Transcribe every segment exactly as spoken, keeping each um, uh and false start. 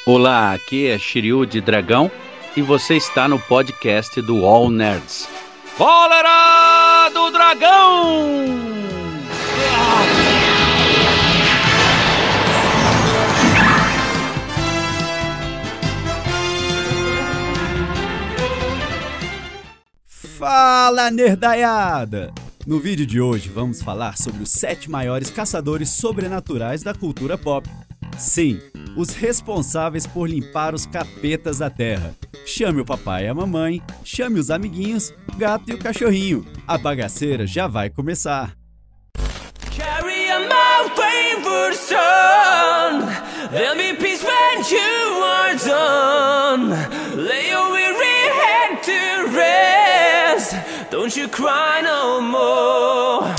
Olá, aqui é Shiryu de Dragão e você está no podcast do All Nerds. Cólera do Dragão! Fala, nerdaiada! No vídeo de hoje vamos falar sobre os sete maiores caçadores sobrenaturais da cultura pop. Sim, os responsáveis por limpar os capetas da terra. Chame o papai e a mamãe, chame os amiguinhos, o gato e o cachorrinho. A bagaceira já vai começar. Carry on my wayward son. There'll be peace when you are done. Lay your weary head to rest. Don't you cry no more.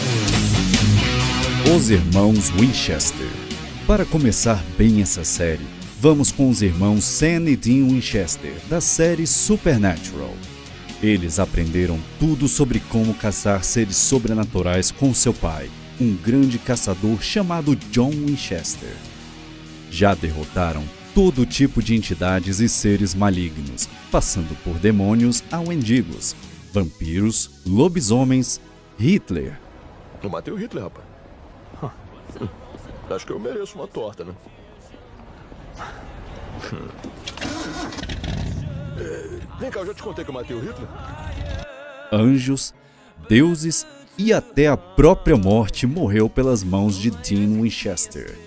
Os Irmãos Winchester. Para começar bem essa série, vamos com os irmãos Sam e Dean Winchester, da série Supernatural. Eles aprenderam tudo sobre como caçar seres sobrenaturais com seu pai, um grande caçador chamado John Winchester. Já derrotaram todo tipo de entidades e seres malignos, passando por demônios a mendigos, vampiros, lobisomens, Hitler. Eu matei o Hitler, rapaz. Hum, acho que eu mereço uma torta, né? É, vem cá, eu já te contei que eu matei o Hitler? Anjos, deuses e até a própria morte morreu pelas mãos de Dean Winchester.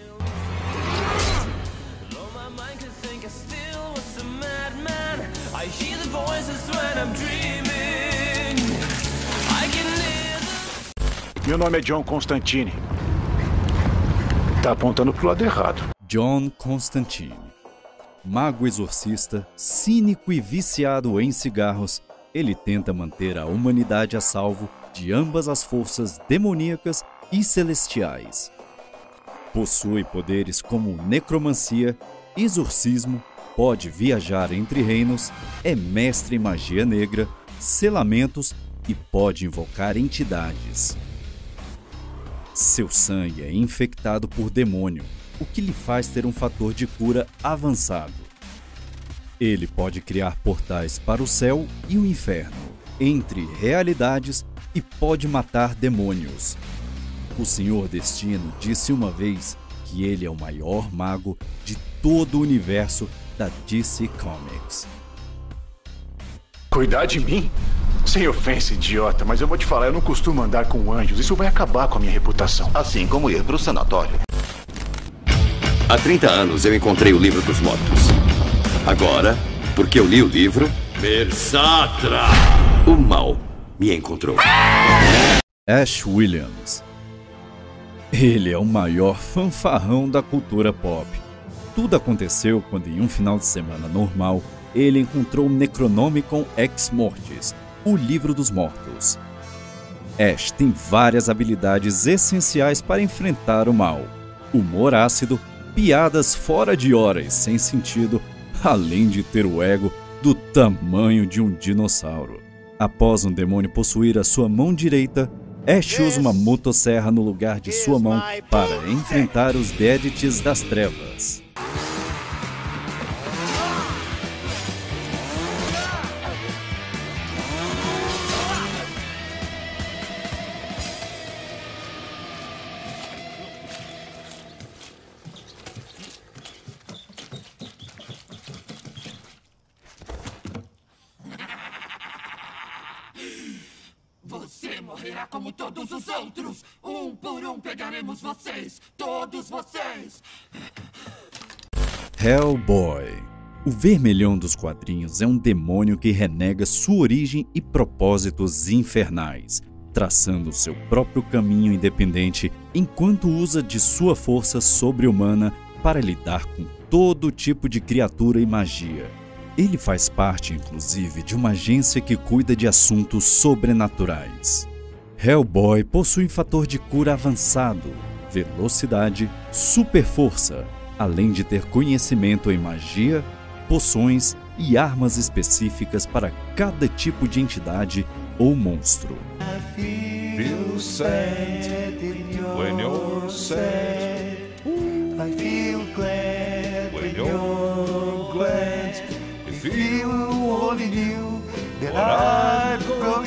Meu nome é John Constantine. Tá apontando pro lado errado. John Constantine. Mago exorcista, cínico e viciado em cigarros, ele tenta manter a humanidade a salvo de ambas as forças demoníacas e celestiais. Possui poderes como necromancia, exorcismo, pode viajar entre reinos, é mestre em magia negra, selamentos e pode invocar entidades. Seu sangue é infectado por demônio, o que lhe faz ter um fator de cura avançado. Ele pode criar portais para o céu e o inferno, entre realidades, e pode matar demônios. O Senhor Destino disse uma vez que ele é o maior mago de todo o universo da D C Comics. Cuidar de mim? Sem ofensa, idiota, mas eu vou te falar, eu não costumo andar com anjos. Isso vai acabar com a minha reputação. Assim como ir pro sanatório. Há trinta anos eu encontrei o livro dos mortos. Agora, porque eu li o livro, Mersatra, o mal me encontrou. Ash Williams. Ele é o maior fanfarrão da cultura pop. Tudo aconteceu quando, em um final de semana normal, ele encontrou o Necronomicon Ex Mortis, o livro dos mortos. Ash tem várias habilidades essenciais para enfrentar o mal. Humor ácido, piadas fora de hora e sem sentido, além de ter o ego do tamanho de um dinossauro. Após um demônio possuir a sua mão direita, Ash usa uma motosserra no lugar de sua mão para enfrentar os Deadites das trevas. Você morrerá como todos os outros. Um por um pegaremos vocês. Todos vocês. Hellboy. O Vermelhão dos quadrinhos é um demônio que renega sua origem e propósitos infernais, traçando seu próprio caminho independente enquanto usa de sua força sobre-humana para lidar com todo tipo de criatura e magia. Ele faz parte, inclusive, de uma agência que cuida de assuntos sobrenaturais. Hellboy possui fator de cura avançado, velocidade, super força, além de ter conhecimento em magia, poções e armas específicas para cada tipo de entidade ou monstro. Feel sad when you're sad. I feel glad when you're only knew that I'd grow.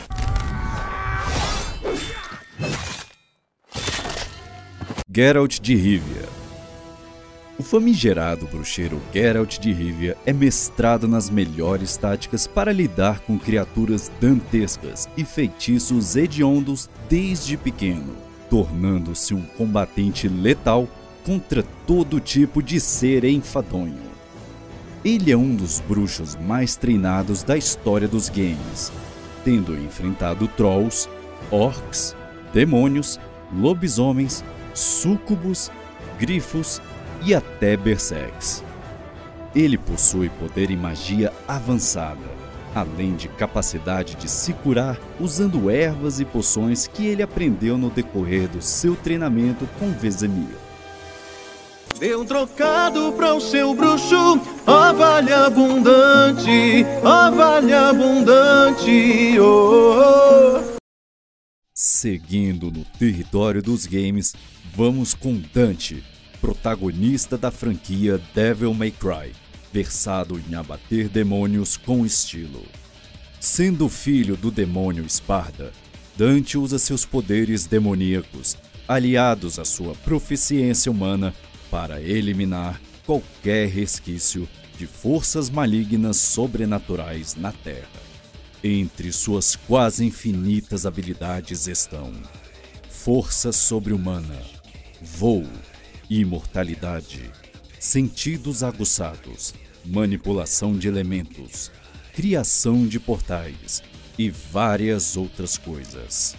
Geralt de Rivia. O famigerado bruxeiro Geralt de Rivia é mestrado nas melhores táticas para lidar com criaturas dantescas e feitiços hediondos desde pequeno, tornando-se um combatente letal contra todo tipo de ser enfadonho. Ele é um dos bruxos mais treinados da história dos games, tendo enfrentado trolls, orcs, demônios, lobisomens, súcubos, grifos e até berserks. Ele possui poder e magia avançada, além de capacidade de se curar usando ervas e poções que ele aprendeu no decorrer do seu treinamento com Vesemir. Dê um trocado para o seu bruxo, ó vale abundante, ó vale abundante, oh, oh. Seguindo no território dos games, vamos com Dante, protagonista da franquia Devil May Cry, versado em abater demônios com estilo. Sendo filho do demônio Sparda, Dante usa seus poderes demoníacos, aliados à sua proficiência humana, para eliminar qualquer resquício de forças malignas sobrenaturais na Terra. Entre suas quase infinitas habilidades estão força sobre-humana, voo, imortalidade, sentidos aguçados, manipulação de elementos, criação de portais e várias outras coisas.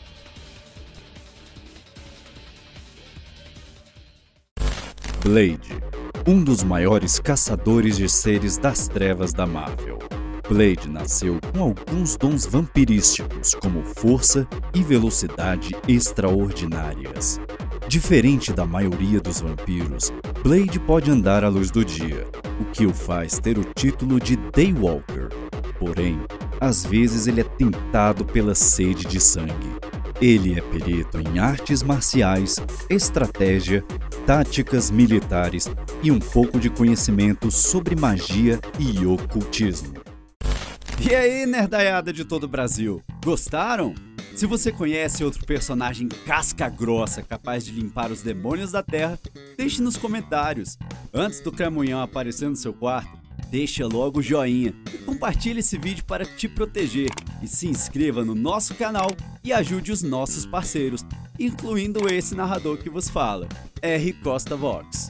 Blade, um dos maiores caçadores de seres das trevas da Marvel. Blade nasceu com alguns dons vampirísticos, como força e velocidade extraordinárias. Diferente da maioria dos vampiros, Blade pode andar à luz do dia, o que o faz ter o título de Daywalker. Porém, às vezes ele é tentado pela sede de sangue. Ele é perito em artes marciais, estratégia, táticas militares e um pouco de conhecimento sobre magia e ocultismo. E aí, nerdaiada de todo o Brasil, gostaram? Se você conhece outro personagem casca-grossa capaz de limpar os demônios da Terra, deixe nos comentários. Antes do Cramunhão aparecer no seu quarto, deixa logo o joinha e compartilhe esse vídeo para te proteger. E se inscreva no nosso canal e ajude os nossos parceiros, incluindo esse narrador que vos fala, R. Costa Vox.